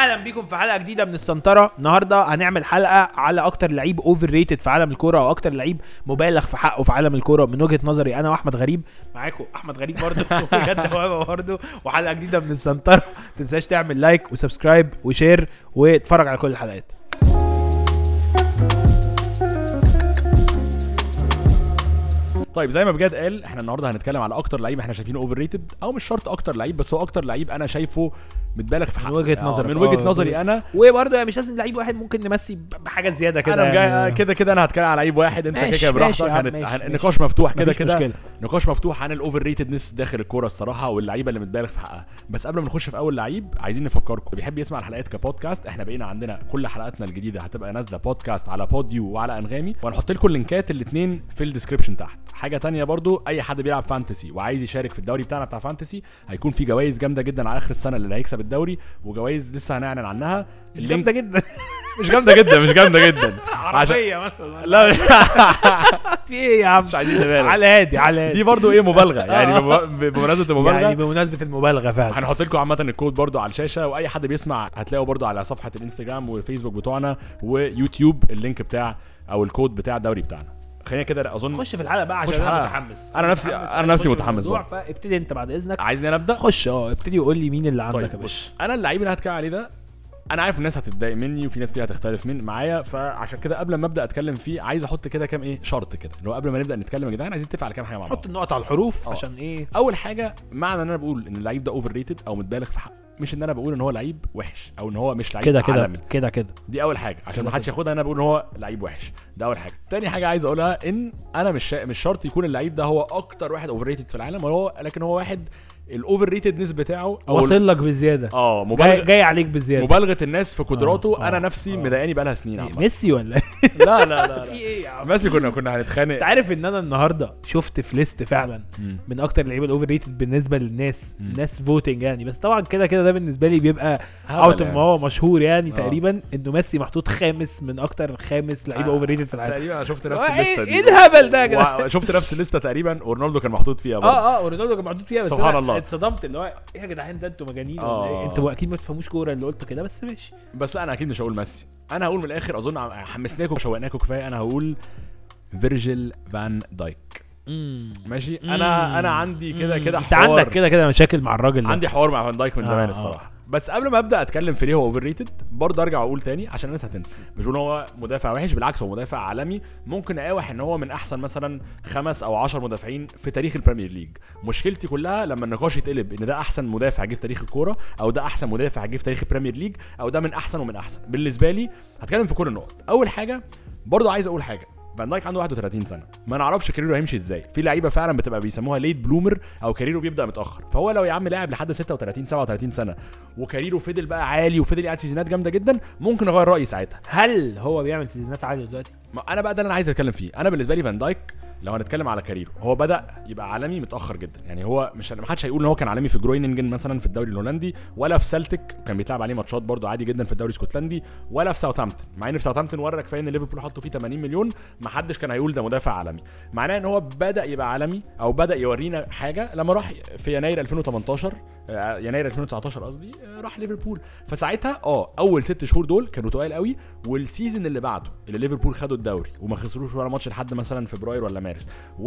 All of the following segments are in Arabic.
اهلا بيكم في حلقه جديده من السنتره. النهارده هنعمل حلقه على اكتر لعيب اوفر ريتد في عالم الكوره او اكتر لعيب مبالغ في حقه في عالم الكوره من وجهه نظري انا واحمد غريب. معاكم احمد غريب برضه بجد برضه وحلقه جديده من السنتره. ما تنساش تعمل لايك وسبسكرايب وشير واتفرج على كل الحلقات. طيب زي ما بجد قال احنا النهارده هنتكلم على اكتر لعيب احنا شايفينه اوفر ريتد او مش شرط اكتر لعيب بس هو اكتر لعيب انا شايفه متبالغ في حقه من وجهه نظرك. من وجهه نظري انا. وبرضه مش لازم لعيب واحد، ممكن نمسي بحاجه زياده كده. انا يعني كده انا هتكلم على لعيب واحد، انت كده براحتك. النقاش مفتوح كده نقاش مفتوح عن الاوفر ريتدنس داخل الكوره الصراحه واللعيبه اللي متبالغ في حقها. بس قبل ما نخش في اول لعيب عايزين نفكركم بيحب يسمع الحلقات كبودكاست، احنا بقينا عندنا كل حلقاتنا الجديده هتبقى نازله بودكاست على بوديو وعلى انغامي، وهنحط لكم اللينكات الاثنين في الديسكربشن تحت. حاجه تانية برضو اي حد بيلعب فانتسي وعايز يشارك في الدوري بتاعنا بتاع فانتسي هيكون في جوائز جامده جدا على اخر السنه اللي هيكسب الدوري، وجوائز لسه هنعلن عنها. مش جامده جدا مش جامده جدا عربيه مثلا. لا في ايه يا عم؟ مش عايزين نبالغ على هادي دي برضو ايه مبالغه يعني بمناسبه المبالغه يعني بمناسبه المبالغه فعلا. هنحط لكم عامه الكود برضو على الشاشه، واي حد بيسمع هتلاقوا برضو على صفحه الانستجرام والفيسبوك بتوعنا ويوتيوب اللينك بتاع او الكود بتاع الدوري بتاعنا. خلينا كده اظن خش في الحلقه بقى عشان انا متحمس. انا نفسي متحمس بقى. فابتدي انت بعد اذنك. عايزني انا ابدا؟ خش ابتدي وقول لي مين اللي عندك يا باشا. انا اللعيب اللي هتكلم عليه ده انا عارف الناس هتتضايق مني وفي ناس كتير هتختلف معايا، فعشان كده قبل ما ابدا اتكلم فيه عايز احط كده كام ايه شرط كده اللي هو قبل ما نبدا نتكلم يا جدعان عايزين نتفق على كام حاجه مع بعض. حط النقط على الحروف عشان ايه. اول حاجه معنى ان انا بقول ان اللعيب ده اوفر ريتد او متبالغ في حقه، مش ان انا بقول ان هو لعيب وحش او ان هو مش لعيب عالمي كده. دي اول حاجه عشان ما حدش ياخدها انا بقول ان هو لعيب وحش. ده اول حاجه. تاني حاجه عايز اقولها ان انا مش شرط يكون اللعيب ده هو اكتر واحد اوفر ريتد في العالم، لكن هو واحد الاوفر ريتدنس بتاعه واصل لك بزياده. مبالغه جاي عليك بزياده. مبالغه الناس في قدراته. انا نفسي مضايقاني بقى لها سنين. ميسي ولا لا في ايه يا عم؟ ميسي كنا هنتخانق. انت عارف ان انا النهارده شفت في ليست فعلا من اكتر اللعيبه الاوفر ريتد بالنسبه للناس الناس فوتنج يعني. بس طبعا كده ده بالنسبه لي بيبقى اوت اوف ما هو مشهور يعني. تقريبا انه ميسي محطوط خامس من اكتر خامس لعيبه اوفر ريتد في العالم. تقريبا انا شفت نفس الليسته دي. ايه الهبل ده يا جدع؟ شفت نفس الليسته تقريبا ورونالدو كان محطوط فيها برضه. ورونالدو كان محطوط فيها. بس سبحان الله اتصدمت اللي هو ايه يا جدعان ده انتوا مجانين ولا ايه؟ انتوا اكيد ما تفهموش كوره اللي قلته كده. بس ماشي. بس انا اكيد مش هقول ميسي. انا هقول من الاخر اظن حمسناكم وشوقناكم كفايه. انا هقول فيرجيل فان دايك. ماشي. انا عندي كده انت عندك كده مشاكل مع الراجل ده. عندي حوار مع فان دايك من زمان الصراحه. بس قبل ما ابدا اتكلم في ليه هو اوفر ريتد برضه ارجع واقول تاني عشان الناس هتنسى. مش بقول هو مدافع وحش، بالعكس هو مدافع عالمي. ممكن اقاوح ان هو من احسن مثلا 5 أو 10 مدافعين في تاريخ البريمير ليج. مشكلتي كلها لما النقاش يتقلب ان ده احسن مدافع جه في تاريخ الكوره او ده احسن مدافع جه في تاريخ البريمير ليج او ده من احسن ومن احسن. بالنسبه لي هتكلم في كل النقط. اول حاجه برضه عايز اقول حاجه، فان دايك عنده 31 سنه، ما نعرفش كاريره هيمشي ازاي. في لعيبه فعلا بتبقى بيسموها ليت بلومر او كاريره بيبدا متاخر. فهو لو يا عم لاعب لحد 36 37 سنه وكاريره فضل بقى عالي وفضل قاعد سيزونات جامده جدا ممكن اغير رايي ساعتها. هل هو بيعمل سيزونات عاليه دلوقتي؟ انا بقى ده اللي انا عايز اتكلم فيه. انا بالنسبه لي فان دايك لو هنتكلم على كاريره هو بدا يبقى عالمي متاخر جدا. يعني هو مش ما حدش هيقول ان هو كان عالمي في جرويننجن مثلا في الدوري الهولندي ولا في سلتك كان بيتلعب عليه ماتشات برضو عادي جدا في الدوري الاسكتلندي ولا في ساوثهامبتون. مع ان في ساوثهامبتون ورا كفايه ان ليفربول حطوا فيه 80 مليون ما حدش كان هيقول ده مدافع عالمي. معناه ان هو بدا يبقى عالمي او بدا يورينا حاجه لما راح في يناير 2018 يناير 2019 قصدي راح ليفربول. فساعتها اول 6 شهور دول كانوا تقال قوي. والسيزون اللي بعده اللي ليفربول خدوا الدوري وما خسروش ولا ماتش لحد مثلا فبراير ولا مارس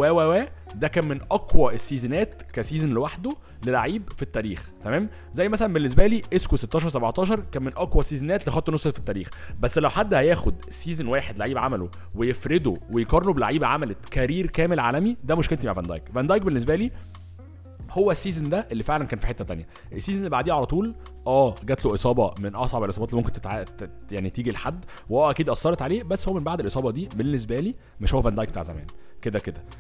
ده كان من اقوى السيزونات كسيزون لوحده للعيب في التاريخ. تمام. زي مثلا بالنسبه لي اسكو 16 17 كان من اقوى السيزونات لخط نص في التاريخ. بس لو حد هياخد سيزون واحد لعيب عمله ويفرده ويقارنه بلعيبه عملت كارير كامل عالمي ده مشكلتي مع فان دايك. فان دايك بالنسبه لي هو السيزون ده اللي فعلا كان في حته تانية. السيزون اللي بعديه على طول جات له اصابه من اصعب الاصابات اللي ممكن يعني تيجي لحد اكيد اثرت عليه. بس هو من بعد الاصابه دي بالنسبه لي مش هو فان دايك بتاع زمان. كده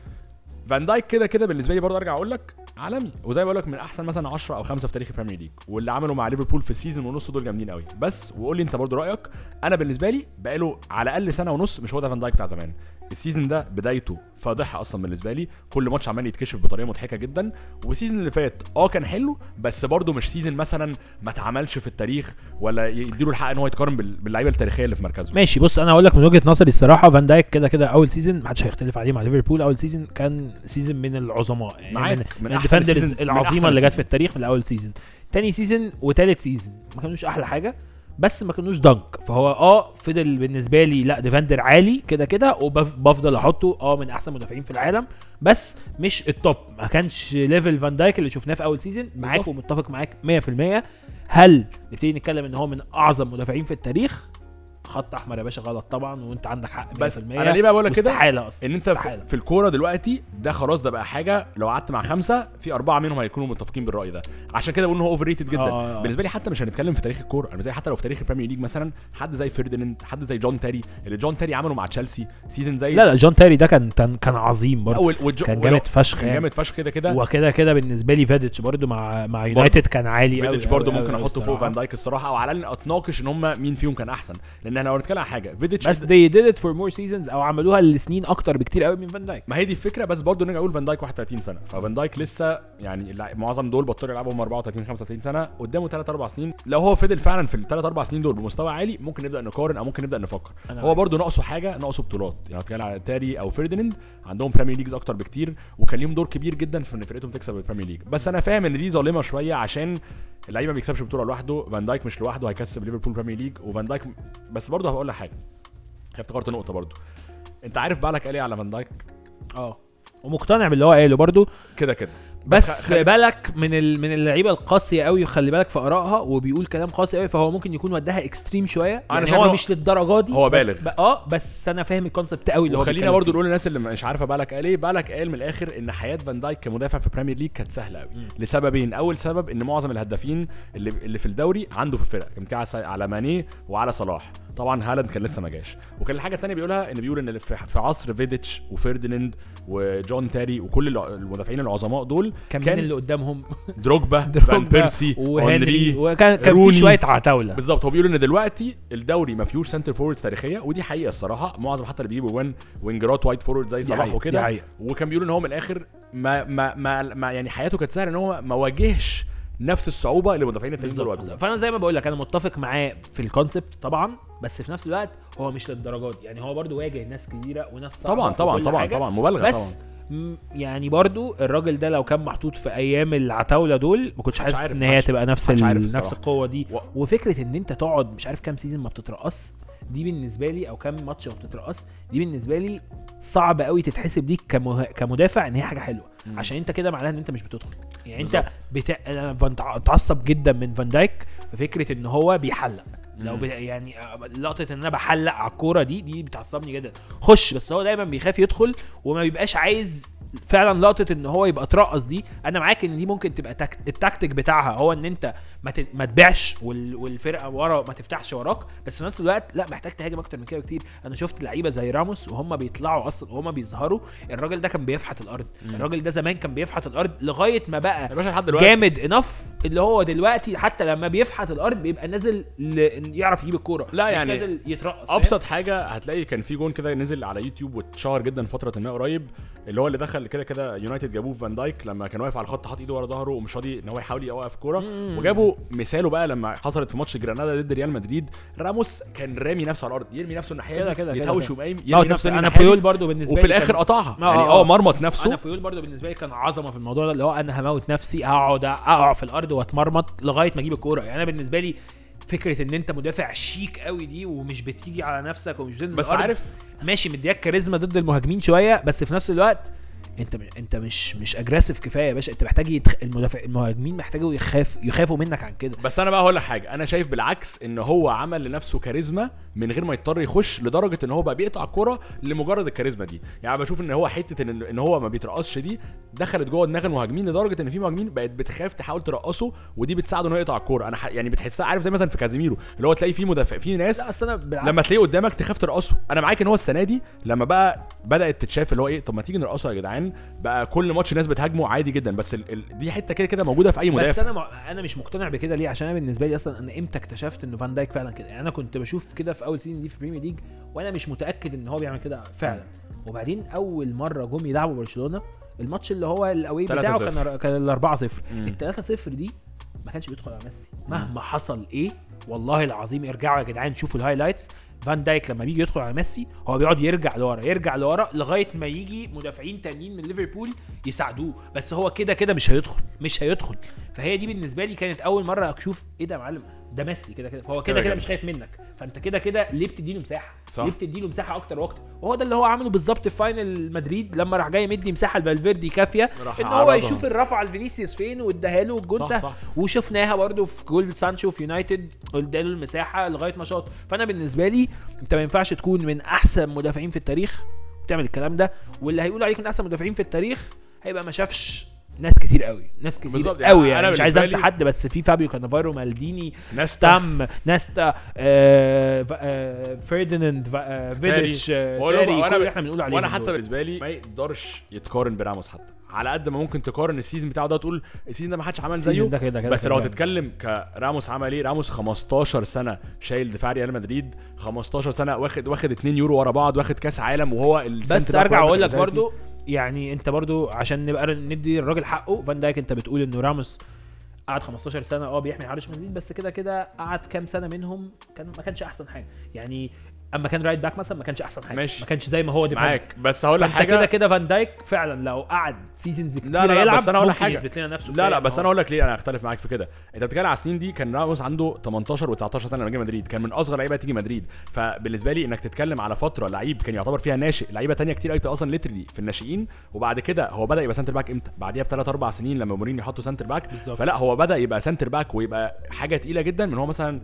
فان دايك كده بالنسبه لي برضه ارجع اقول لك عالمي. وزي ما بقول لك من احسن مثلا 10 أو 5 في تاريخ البريمير ليج. واللي عملوا مع ليفربول في السيزون ونص دول جامدين قوي. بس وقول لي انت برضه رايك. انا بالنسبه لي بقاله على الاقل سنه ونص مش هو ده فان دايك بتاع زمان. السيزون ده بدايته فاضحه اصلا بالنسبه لي. كل ماتش عمال يتكشف بطريقه مضحكه جدا. والسيزون اللي فات كان حلو بس برضه مش سيزون مثلا ما اتعملش في التاريخ ولا يديله الحق ان هو يتقارن باللعيبه التاريخيه اللي في مركزه. ماشي. بص انا هقول لك من وجهه نظري الصراحه فان دايك كده اول سيزون ما حدش هيختلف عليه مع ليفربول. اول سيزون كان سيزون من العظماء يعني من الديفندرز العظيمه اللي جت في التاريخ في الاول سيزون. تاني سيزون وتالت سيزون ما كانوش احلى حاجه. بس ما كانوش دنك. فهو فضل بالنسبه لي لا ديفندر عالي كده كده وبفضل احطه من احسن مدافعين في العالم، بس مش التوب. ما كانش ليفل فان دايك اللي شفناه في اول سيزون. معاك ومتفق معاك 100%. هل نبتدي نتكلم ان هو من اعظم مدافعين في التاريخ؟ خط احمر يا باشا غلط طبعا، وانت عندك حق 100%. بس انا ليه بقى بقول لك كده؟ مستحيله اصلا ان انت في الكوره دلوقتي ده خلاص، ده بقى حاجه لو قعدت مع 5 في 4 منهم هيكونوا متفقين بالراي ده. عشان كده بقول ان هو اوفر ريتد جدا. بالنسبه لي حتى مش هنتكلم في تاريخ الكوره، انا زي حتى لو في تاريخ البريمير ليج مثلا حد زي فيرديناند، حد زي جون تيري، اللي جون تيري عمله مع تشيلسي سيزون زي لا جون تيري ده كان عظيم برضه، كان جامد فشخ، كان جامد فشخ كده كده. وكده كده بالنسبه لي فيديتش برضه مع يونايتد كان عالي قوي. فيديتش برضه ممكن احطه فوق فان دايك الصراحه، او على الاقل اتناقش ان هم مين فيهم كان احسن. لان احنا لو نتكلم عن حاجه فيديتش بس they did it for more seasons او عملوها لسنين اكتر بكتير قوي من فان دايك. ما هي دي الفكره. بس برضه نرجع نقول فان دايك 31 سنه، ففان دايك لسه يعني معظم دول بطلوا يلعبوا هم 34 35 سنه، قدامه 3 4 سنين. لو هو فضل فعلا في ال 3 4 سنين دول بمستوى عالي ممكن نبدا نقارن او ممكن نبدا نفكر. هو برضه ناقصه حاجه، ناقصه بطولات. يعني نتكلم على تاري او فيرديناند عندهم بريمير ليجز اكتر بكتير، وكان ليهم دور كبير جدا في ان فرقتهم تكسب البريمير ليج. بس انا فاهم ان دي ظالمه شويه، عشان اللعيبه ما بيكسبش بطوله لوحده. فان دايك مش لوحده هيكسب ليفربول بريمير ليج، وفان دايك بس برضه هقول لك حاجه، افتكرت نقطه برضه. انت عارف بالك قال ايه على فان دايك؟ ومقتنع باللي هو قاله برضو كده كده. بس بالك من اللعيبه القاسيه قوي، خلي بالك في ارائها وبيقول كلام قاسي قوي، فهو ممكن يكون وداها اكستريم شويه. يعني هو مش للدرجه دي، هو بالغ بس انا فاهم الكونسبت قوي اللي هو. خلينا برضو نقول للناس اللي مش عارفه بالك قال ايه. بالك قال من الاخر ان حياه فان دايك كمدافع في بريمير ليج كانت سهله قوي لسببين. اول سبب ان معظم الهدافين اللي في الدوري عنده في الفرقه كان على ماني وعلى صلاح. طبعا هالاند كان لسه ما جاش. وكان الحاجه الثانيه بيقولها ان بيقول ان في عصر فيديتش وفيرديناند وجون تيري وكل المدافعين العظماء دول كان اللي قدامهم دروجبا فان بيرسي وهنري، وكان في شويه عتاوله بالظبط. هو بيقول ان دلوقتي الدوري ما فيهوش سنتر فوردز تاريخيه، ودي حقيقه الصراحه. معظم حتى اللي بيجيبوا وينجرات وايت فورورد زي صلاح وكده. وكان بيقول ان هو من الاخر ما يعني حياته كانت سهله، ان هو ما واجهش نفس الصعوبه اللي مدافعين التانيين دول واجهوها. فانا زي ما بقول لك انا متفق معاه في الكونسبت طبعا، بس في نفس الوقت هو مش للدرجات. يعني هو برضو واجه ناس كبيره وناس صعبه طبعا مبالغه بس طبعا. يعني برضو الراجل ده لو كان محطوط في ايام العتاوله دول ما كنتش حاسس ان هي تبقى نفس القوه دي. وفكره ان انت تقعد مش عارف كام سيزون ما بتترقص دي بالنسبه لي، او كام ماتش ما بتترقص دي بالنسبه لي صعب قوي تتحسب ليك كمدافع ان هي حاجه حلوه. عشان انت كده معناها ان انت مش بتدخل. يعني انت انا بتعصب جدا من فان دايك في فكره ان هو بيحلق. لو يعني لقطه ان انا بحلق على الكوره دي بتعصبني جدا. خش، بس هو دايما بيخاف يدخل وما بيبقاش عايز فعلا لقطه ان هو يبقى ترقص. دي انا معاك ان دي ممكن تبقى التكتيك بتاعها هو ان انت ما تبيعش والفرقه ورا ما تفتحش وراك، بس في نفس الوقت لا محتاج تهاجم اكتر من كده بكتير. انا شفت لعيبه زي راموس وهم بيطلعوا اصلا وهم بيظهروا، الراجل ده كان بيفحت الارض. الراجل ده زمان كان بيفحت الارض لغايه ما بقى جامد انف، اللي هو دلوقتي حتى لما بيفحت الارض بيبقى نازل يعرف يجيب الكوره، لا يعني مش نازل يترقص. ابسط حاجه هتلاقي كان في جون كده نزل على يوتيوب واتشهر جدا فتره ما قريب، اللي هو اللي دخل كده يونايتد جابوه فان دايك لما كان واقف على الخط حاطط ايده ورا ظهره ومش راضي ان هو يحاول يوقف كوره. وجابوا مثاله بقى لما حصلت في ماتش جرانادا ضد ريال مدريد، راموس كان رامي نفسه على الارض، يرمي نفسه الناحيه دي يتهوش ويقيم يرمي نفسه. انا بيول برضو بالنسبه لي وفي الاخر قطعها يعني مرمط نفسه. انا بيول برضو بالنسبه لي كان عظمه في الموضوع ده، اللي هو انا هموت نفسي هقعد اقع في الارض واتمرمط لغايه ما اجيب الكوره. يعني انا بالنسبه لي فكره ان انت مدافع شيك قوي دي ومش بتيجي على نفسك ومش بتنزل بس الارض، عارف ماشي مدياك كاريزما ضد المهاجمين شويه، بس في نفس الوقت انت مش اجريسيف كفايه يا باشا. انت محتاج المهاجمين محتاجوا يخافوا منك عن كده. بس انا بقى هقول لك حاجه، انا شايف بالعكس ان هو عمل لنفسه كاريزما من غير ما يضطر يخش، لدرجه ان هو بقى بيقطع الكوره لمجرد الكاريزما دي. يعني بشوف ان هو حته ان هو ما بيترقصش دي دخلت جوه دماغ المهاجمين، لدرجه ان في مهاجمين بقت بتخاف تحاول ترقصه، ودي بتساعده انه يقطع الكوره. انا يعني بتحسها عارف زي مثلا في كازيميرو، اللي هو تلاقي فيه مدافع في ناس لما تلاقيه قدامك تخاف ترقصه. انا معاك ان هو السنه دي لما بقى بدات تتشاف اللي هو ايه، طب ما تيجي نرقصه يا جدعان، بقى كل ماتش ناس بتهاجمه عادي جدا. بس دي حته كده موجوده في اي مدافع. بس انا مش مقتنع بكده. ليه؟ عشان انا بالنسبه لي اصلا انا امتى اكتشفت انه فان دايك فعلا كده. يعني انا كنت بشوف كده في اول سيزون دي في بريمير ليج وانا مش متاكد ان هو بيعمل كده فعلا. وبعدين اول مره جم يلعبوا برشلونه، الماتش اللي هو الاوي بتاعه كان 4-0. ال 3-0 دي ما كانش بيدخل على ميسي مهما حصل ايه. والله العظيم ارجعوا يا جدعان شوفوا الهايلايتس، فان دايك لما بيجي يدخل على ميسي هو بيقعد يرجع لورا لغايه ما يجي مدافعين تانيين من ليفربول يساعدوه، بس هو كده مش هيدخل. فهي دي بالنسبه لي كانت اول مره اشوف ايه ده يا معلم، ده ميسي كده فهو كده مش خايف منك، فانت كده ليه بتديله مساحه؟ ليه بتديله مساحه اكتر واكتر؟ وهو ده اللي هو عمله بالظبط في فاينل مدريد لما راح جاي مدي مساحه لفالفيردي كافيه ان هو يشوف الرفعه لفينيسيوس فين واداها له الجول ده، وشفناها برده في جول سانشو في يونايتد اداله المساحه لغايه ما شاط. فانا بالنسبه لي انت ما ينفعش تكون من احسن مدافعين في التاريخ وتعمل الكلام ده، واللي هيقول عليك من احسن مدافعين في التاريخ هيبقى ما شافش ناس كتير قوي قوي يعني مش عايز انسى حد، بس في فابيو كانافارو، مالديني، ناستا فيرديناند فيديتش اللي احنا بنقول عليه. وانا حتى بالنسبه لي ما يقدرش يتقارن براموس، حتى على قد ما ممكن تقارن السيزون بتاعه ده تقول السيزون ده ما حدش عمل زيه كده بس لو تتكلم كراموس عمل ايه، راموس 15 سنه شايل دفاع ريال مدريد، 15 سنه واخد 2 يورو ورا بعض، واخد كاس عالم، وهو بس ارجع اقول لك برضو يعني انت برضو عشان نبقى ندي الراجل حقه، فان دايك انت بتقول انه راموس قعد 15 سنه بيحمي حارس مدريد، بس كده قعد كام سنه منهم ما كانش احسن حاجه يعني. اما كان رايت باك مثلا ما كانش احسن حاجه ماشي. ما كانش زي ما هو دفاع معاك، بس هقول لك حاجه كده فان دايك فعلا لو قعد سيزونز كتير يلعب بس انا هقول لك حاجه يثبت لنا نفسه. لا بس انا هقول لك ليه انا اختلف معاك في كده. انت بتتكلم على السنين دي كان راموس عنده 18 و19 سنه لما جه مدريد، كان من اصغر لعيبه تيجي مدريد. فبالنسبه لي انك تتكلم على فتره لعيب كان يعتبر فيها ناشئ، لعيبه تانية كتير قوي اصلا ليترلي في الناشئين، وبعد كده هو بدا يبقى سنتر باك امتى؟ بعديها ب3-4 سنين لما مورينيو يحطوا سنتر باك بالزبط. فلا هو بدا يبقى سنتر باك ويبقى حاجه تقيله جدا من هو مثلا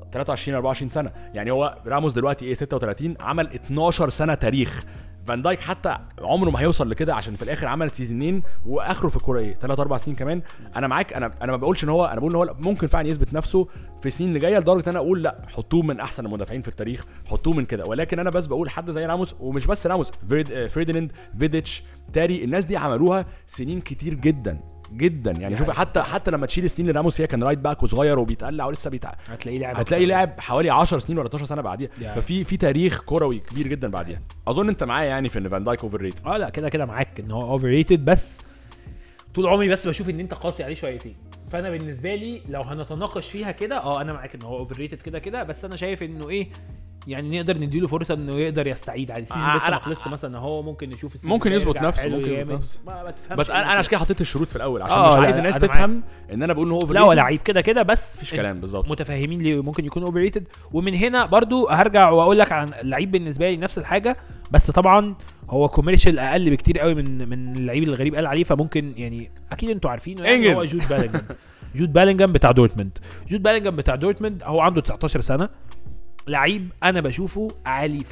23 24 سنه. يعني هو راموس دلوقتي 36 عمل 12 سنه تاريخ. فان دايك حتى عمره ما هيوصل لكده عشان في الاخر عمل سيزونين واخره في الكوره 3-4 سنين كمان. انا معاك، انا ما بقولش ان هو، انا بقول ان هو ممكن فعلا يثبت نفسه في السنين اللي جايه لدرجه ان انا اقول لا حطوه من احسن المدافعين في التاريخ، حطوه من كده. ولكن انا بس بقول حد زي راموس، ومش بس راموس، فيرديناند، فيديتش، تاري، الناس دي عملوها سنين كتير جدا يعني شوف حتى لما تشيل السنين اللي راموس فيها كان رايت باك وصغير وبيتقلع ولسه هتلاقي لاعب حوالي 10 سنين ولا 12 سنه بعديها. ففي تاريخ كروي كبير جدا بعديها. اظن انت معايا يعني في ان فان دايك اوفر ريتد. لا كده معاك ان هو اوفر ريتد، بس طول عمري بس بشوف ان انت قاسي عليه شويتين. فانا بالنسبه لي لو هنتناقش فيها كده انا معاك ان هو اوفر ريتد كده، بس انا شايف انه يعني نقدر نديله فرصه انه يقدر يستعيد عادي. السيزون لسه ما خلصش مثلا، هو ممكن نشوف السيزون ممكن يظبط نفسه، ما تفهمش. بس انا عشان كده حطيت الشروط في الاول عشان مش عايز الناس تفهم ان انا بقول ان هو اوفر ريتد. لا هو لعيب كده بس مش كلام بالظبط، متفاهمين ليه ممكن يكون اوفر ريتد. ومن هنا برضو هرجع واقول لك عن اللعيب بالنسبه لي نفس الحاجه، بس طبعا هو كوميرشال اقل بكتير قوي من اللعيب الغريب قال عليه. فممكن يعني اكيد انتوا عارفينه يعني هو جود بالينغهام بتاع دورتموند. هو عنده 19 سنه، لعيب انا بشوفه عالي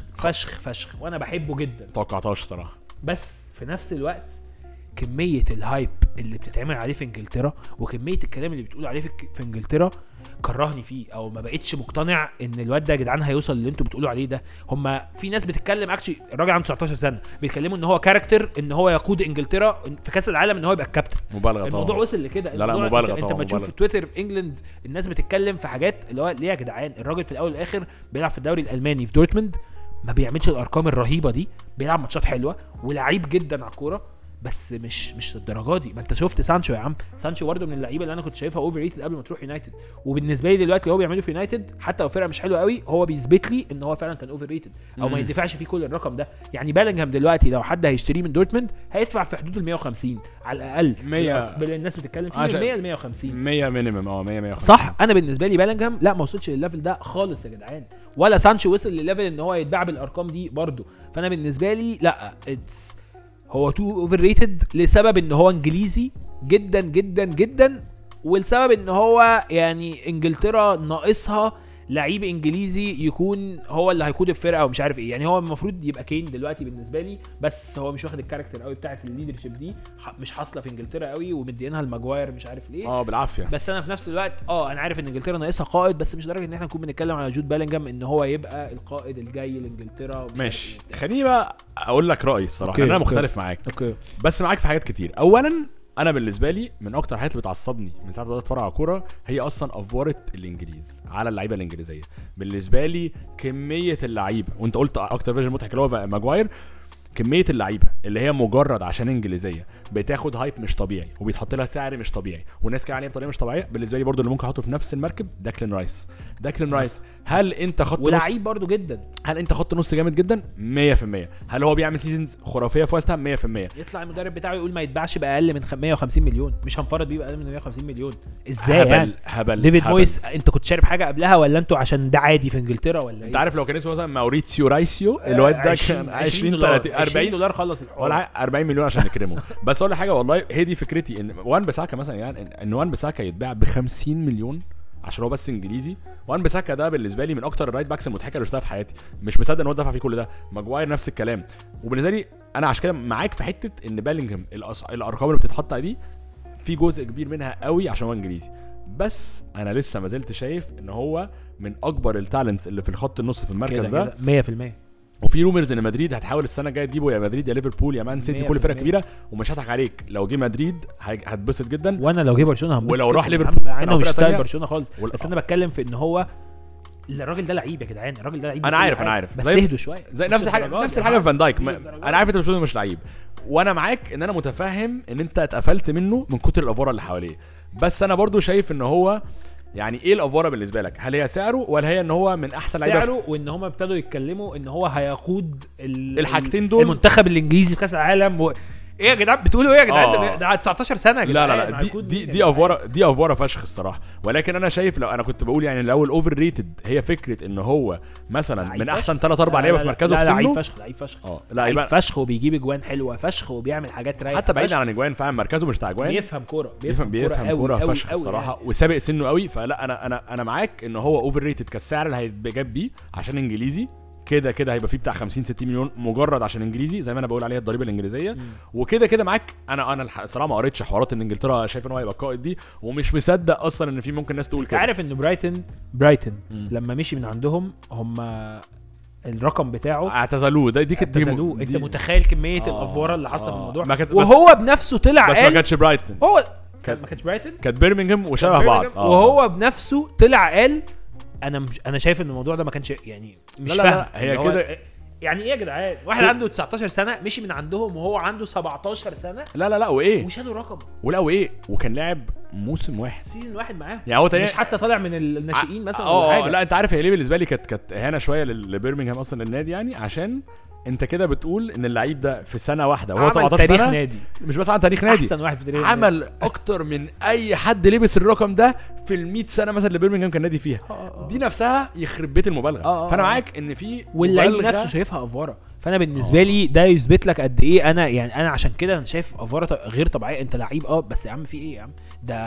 فشخ وانا بحبه جدا. توقعتهاش صراحه، بس في نفس الوقت كميه الهايب اللي بتتعمل عليه في انجلترا وكميه الكلام اللي بتقول عليه في انجلترا كرهني فيه، او ما بقتش مقتنع ان الواد ده يا جدعان هيوصل اللي انتوا بتقولوا عليه ده. هما في ناس بتتكلم الراجل عنده 19 سنه بيتكلموا ان هو كاركتر، ان هو يقود انجلترا في كاس العالم، ان هو يبقى الكابتن. مبالغه الموضوع وصل لكده. لا مبالغه. انت ما تشوف في تويتر في انجلند الناس بتتكلم في حاجات اللي هو ليه يا جدعان؟ الراجل في الاول والاخر بيلعب في الدوري الالماني في دورتموند، ما بيعملش الارقام الرهيبه دي، بيلعب ماتشات حلوه ولعيب جدا على الكوره، بس مش الدرجه دي. ما انت شفت سانشو يا عم، سانشو برده من اللعيبه اللي انا كنت شايفها اوفر ريتد قبل ما تروح يونايتد، وبالنسبه لي دلوقتي اللي هو بيعمله في يونايتد حتى لو فرقه مش حلوه قوي هو بيثبت لي ان هو فعلا كان اوفر ريتد، او ما يدفعش فيه كل الرقم ده. يعني بالينغهام دلوقتي لو حد هيشتريه من دورتموند هيدفع في حدود ال 150 على الاقل. 100 الناس بتتكلم فيه 100 ل 150 100 مينيمم 150 صح. انا بالنسبه لي بالينغهام لا ما وصلش للليفل ده خالص يا جدعان، ولا سانشو وصل للليفل ان هو يتباع بالارقام دي برده. فانا بالنسبه لي لا هو تو اوفر ريتد لسبب ان هو انجليزي جدا والسبب ان هو يعني انجلترا ناقصها لعيب انجليزي يكون هو اللي هيقود الفرقه ومش عارف ايه. يعني هو المفروض يبقى كين دلوقتي بالنسبه لي، بس هو مش واخد الكاركتر قوي بتاعه الليدرشيب دي، مش حاصله في انجلترا قوي ومدينها الماجواير مش عارف ليه بالعافيه. بس انا في نفس الوقت انا عارف ان انجلترا ناقصها قائد، بس مش درجه ان احنا نكون بنتكلم على جود بالينغهام ان هو يبقى القائد الجاي لانجلترا. ماشي خليني بقى اقول لك رايي الصراحه. انا مختلف معاك بس معاك في حاجات كتير. اولا انا بالنسبه لي من اكتر الحاجات اللي بتعصبني من ساعه ما بدات اتفرج على كوره هي اصلا افوره الانجليز على اللعيبه الانجليزيه. بالنسبه لي كميه اللعيبه، وانت قلت اكتر فيرجن مضحك اللي هو ماجواير، كميه اللعيبه اللي هي مجرد عشان انجليزيه بتاخد هايب مش طبيعي وبيتحط لها سعر مش طبيعي والناس كده عليه بطريقه مش طبيعيه، بالنسبه لي برضو اللي ممكن احطه في نفس المركب داكلين رايس. داكلين رايس هل انت خط ولعيب برضو جدا، هل انت خط نص جامد جدا 100%؟ هل هو بيعمل سيزونز خرافيه في ويست هام 100%؟ يطلع المدرب بتاعه يقول ما يتباعش باقل من 150 مليون، مش هنفرض بيه باقل من 150 مليون ازاي؟ هبل يعني هبل ديفيد هبل. مويس انت كنت شارب حاجه قبلها ولا انتوا عشان ده عادي في انجلترا ولا انت ايه؟ عارف لو كان اسمه مثلا ماوريتسيو رايسيو الواد ده كان 20 30 40 دولار خلص الحوار ولا 40 مليون عشان نكرمه. بس اقول لك حاجه والله هي دي فكرتي، ان وان بيساكا مثلا يعني ان وان بيساكا يتباع ب 50 مليون عشان هو بس انجليزي. وان بيساكا ده بالنسبه لي من اكتر الرايت باكس المضحكه اللي شفتها في حياتي، مش مصدق ان هو دفع فيه كل ده. ماجواير نفس الكلام. وبالنسبه لي انا عشان كده معاك في حته ان بيلينغهام الارقام اللي بتتحط دي في جزء كبير منها قوي عشان هو انجليزي، بس انا لسه ما زلت شايف ان هو من اكبر التالنتس اللي في الخط النص في المركز ده 100%. وفي رومرز ان مدريد هتحاول السنه الجايه تجيبه، يا مدريد يا ليفربول يا مان سيتي، كل فرقه كبيره. ومش هضحك عليك لو جه مدريد هتبسط جدا، وانا لو جه برشلونه هنبسط. ولو راح ليفربول انا مش ستايل برشلونه خالص، بس انا بتكلم في ان هو الراجل ده لعيب يا جدعان، الراجل ده لعيب. انا عارف بس اهدوا شويه زي نفس الحاجه في فان دايك. انا عارف انت مش مش لعيب، وانا معاك ان انا متفهم ان انت اتقفلت منه من كتر الافوره اللي حواليه، بس انا برضو شايف ان هو يعني ايه الافوره بالنسبه لك؟ هل هي سعره ولا هي ان هو من احسن لعيبه؟ سعره وان هم ابتدوا يتكلموا ان هو هيقود الحاجتين دول، المنتخب الانجليزي في كاس العالم ايه يا جدعان بتقولوا ايه يا جدعان؟ ده 19 سنه يا جدعان. لا دي افوره فشخ الصراحه. ولكن انا شايف لو انا كنت بقول يعني لو الاوفر ريتد هي فكره ان هو مثلا من احسن 3 4 لعيبه في مركزه في سنه. لعيب فشخ لعيب فشخ وبيجيب اجوان حلوه فشخ وبيعمل حاجات رايقه حتى بعيد عن اجوان، فاهم؟ مركزه مش بتاع اجوان، بيفهم كوره كوره فشخ الصراحه يعني. وسابق سنه قوي. فلا انا معاك ان هو اوفر ريتد كالسعر اللي هيتجاب بيه عشان انجليزي كده هيبقى فيه بتاع 50 60 مليون مجرد عشان انجليزي زي ما انا بقول عليها الضريبه الانجليزيه. وكده معاك. انا الصراحه ما قريتش حوارات ان انجلترا شايف ان هو هيبقى القائد دي، ومش مصدق اصلا ان في ممكن ناس تقول كده. عارف ان برايتون لما مشي من عندهم هم الرقم بتاعه اعتزلوه. دي كانت انت متخيل كميه الافوره اللي حصلت في الموضوع؟ وهو بنفسه طلع بس ما كانش برايتون، هو ما كانش برايتون، كانت بيرمنجهام وشبه بعض. وهو بنفسه طلع قال انا شايف ان الموضوع ده ما كانش يعني مش فاهم. هي كده يعني ايه يا جدعان؟ واحد عنده 19 سنه مشي من عندهم وهو عنده 17 سنه. لا وايه وشالوا رقم وايه وكان لاعب موسم واحد سيزون واحد معاهم يعني، هو مش حتى طالع من الناشئين مثلا ولا حاجه. لا انت عارف هي ليه بالنسبه لي كانت اهانه شويه لبيرمنجهام اصلا النادي، يعني عشان انت كده بتقول ان اللعيب ده في سنه واحده وهو 17 تاريخ سنه نادي. مش بس عن تاريخ نادي، احسن واحد في تاريخ عمل نادي. اكتر من اي حد لبس الرقم ده في ال100 سنه مثلا اللي بيرمنجهام كان نادي فيها. دي نفسها يخرب بيت المبالغه. فانا معاك ان في واللعيب نفسه شايفها افوره. فانا بالنسبه لي ده يثبت لك قد ايه انا عشان كده انا شايف افوره غير طبيعيه. انت لعيب بس يا عم في ايه يا عم؟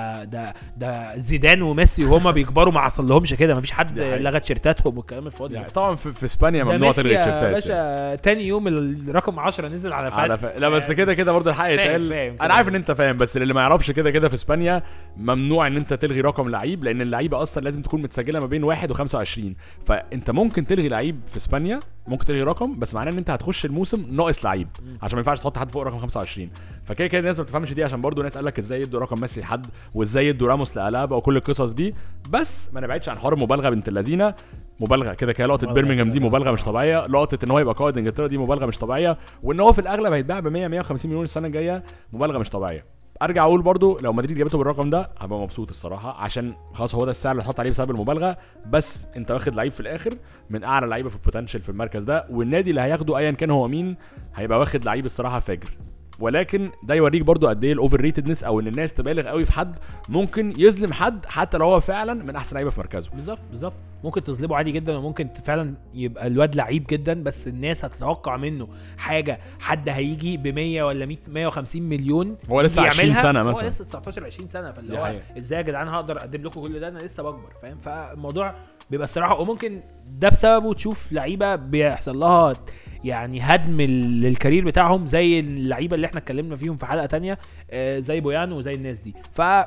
ده زيدان وميسي وهما بيكبروا ما حصلهمش كده، ما فيش حد لغى تيشيرتاتهم والكلام الفاضي يعني. طبعا في اسبانيا ممنوع تلغي تيشيرتات يا باشا. تاني يوم الرقم 10 نزل على لا بس كده برضه الحق يتقال. انا عارف ان انت فاهم، بس اللي ما يعرفش كده في اسبانيا ممنوع ان انت تلغي رقم لعيب، لان اللعيبه اصلا لازم تكون متسجله ما بين 1 و25. فانت ممكن تلغي لعيب في اسبانيا، ممكن تلغي رقم، بس معناه ان انت هتخش الموسم ناقص لعيب عشان ما ينفعش تحط حد فوق رقم 25. فكده الناس ما بتفهمش دي، عشان برضه ناس قال لك ازاي يدوا رقم ميسي لحد وازاي يدوا راموس لألابا وكل القصص دي. بس ما نبعدش عن حوار المبالغه بنت اللذينه. مبالغه كده لقطه بيرمنجهام دي مبالغه مش طبيعيه، لقطه ان هو يبقى قائد انجلترا دي مبالغه مش طبيعيه، وان هو في الاغلب هيتباع ب 150 مليون السنه الجايه مبالغه مش طبيعيه. ارجع اقول برضو لو مدريد جابته بالرقم ده هبقى مبسوط الصراحه، عشان خلاص هو ده السعر اللي اتحط عليه بسبب المبالغه. بس انت واخد لعيب في الاخر من اعلى لعيبه في البوتنشال في المركز ده، والنادي اللي هياخده ايا كان هو مين هيبقى واخد لعيب الصراحه فاجر. ولكن ده يوريك برضو قد ايه الاوفر ريتدنس، او ان الناس تبالغ قوي في حد ممكن يظلم حد حتى لو هو فعلا من احسن لعيبه في مركزه. بالظبط ممكن تظلمه عادي جدا، وممكن فعلا يبقى الواد لعيب جدا، بس الناس هتتوقع منه حاجه حد هيجي ب 100 ولا 100 150 مليون هو لسه 20 سنه مثلا، هو لسه 19 20 سنه. فاللي هو ازاي يا جدعان هقدر اقدم لكم كل ده؟ انا لسه بكبر، فاهم؟ فالموضوع بيبقى الصراحه، وممكن ده بسببه تشوف لعيبه بيحصل لها يعني هدم للكارير بتاعهم، زي اللعيبه اللي احنا اتكلمنا فيهم في حلقه تانية، زي بويانو وزي الناس دي.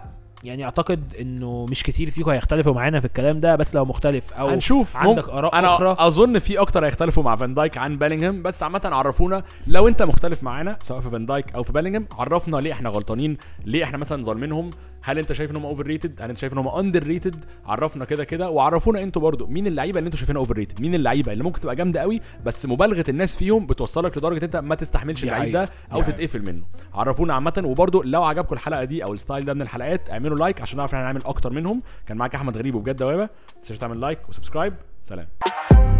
يعني اعتقد انه مش كتير فيكم هيختلفوا معانا في الكلام ده، بس لو مختلف او هنشوف عندك اراء انا اخرى اظن في اكتر هيختلفوا مع فان دايك عن بيلينغهام. بس عامه عرفونا لو انت مختلف معانا سواء في فان دايك او في بيلينغهام، عرفنا ليه احنا غلطانين، ليه احنا مثلا ظالمينهم، هل انت شايف انهم اوفر ريتد، هل انت شايف انهم اندر ريتد، عرفنا كده وعرفونا انتوا برضو مين اللعيبه اللي انتوا شايفينها اوفر ريتد، مين اللعيبه اللي ممكن تبقى جامده قوي بس مبالغه الناس فيهم بتوصلك لدرجه انت ما تستحملش اللعيب ده او تتقفل منه. عرفونا عامه. وبرضو لو عجبكم الحلقه دي او الستايل ده من الحلقات اعملوا لايك عشان نعرف احنا نعمل اكتر منهم. كان معاك احمد غريب وبجد دوابه، ما تنساش تعمل لايك وسبسكرايب. سلام.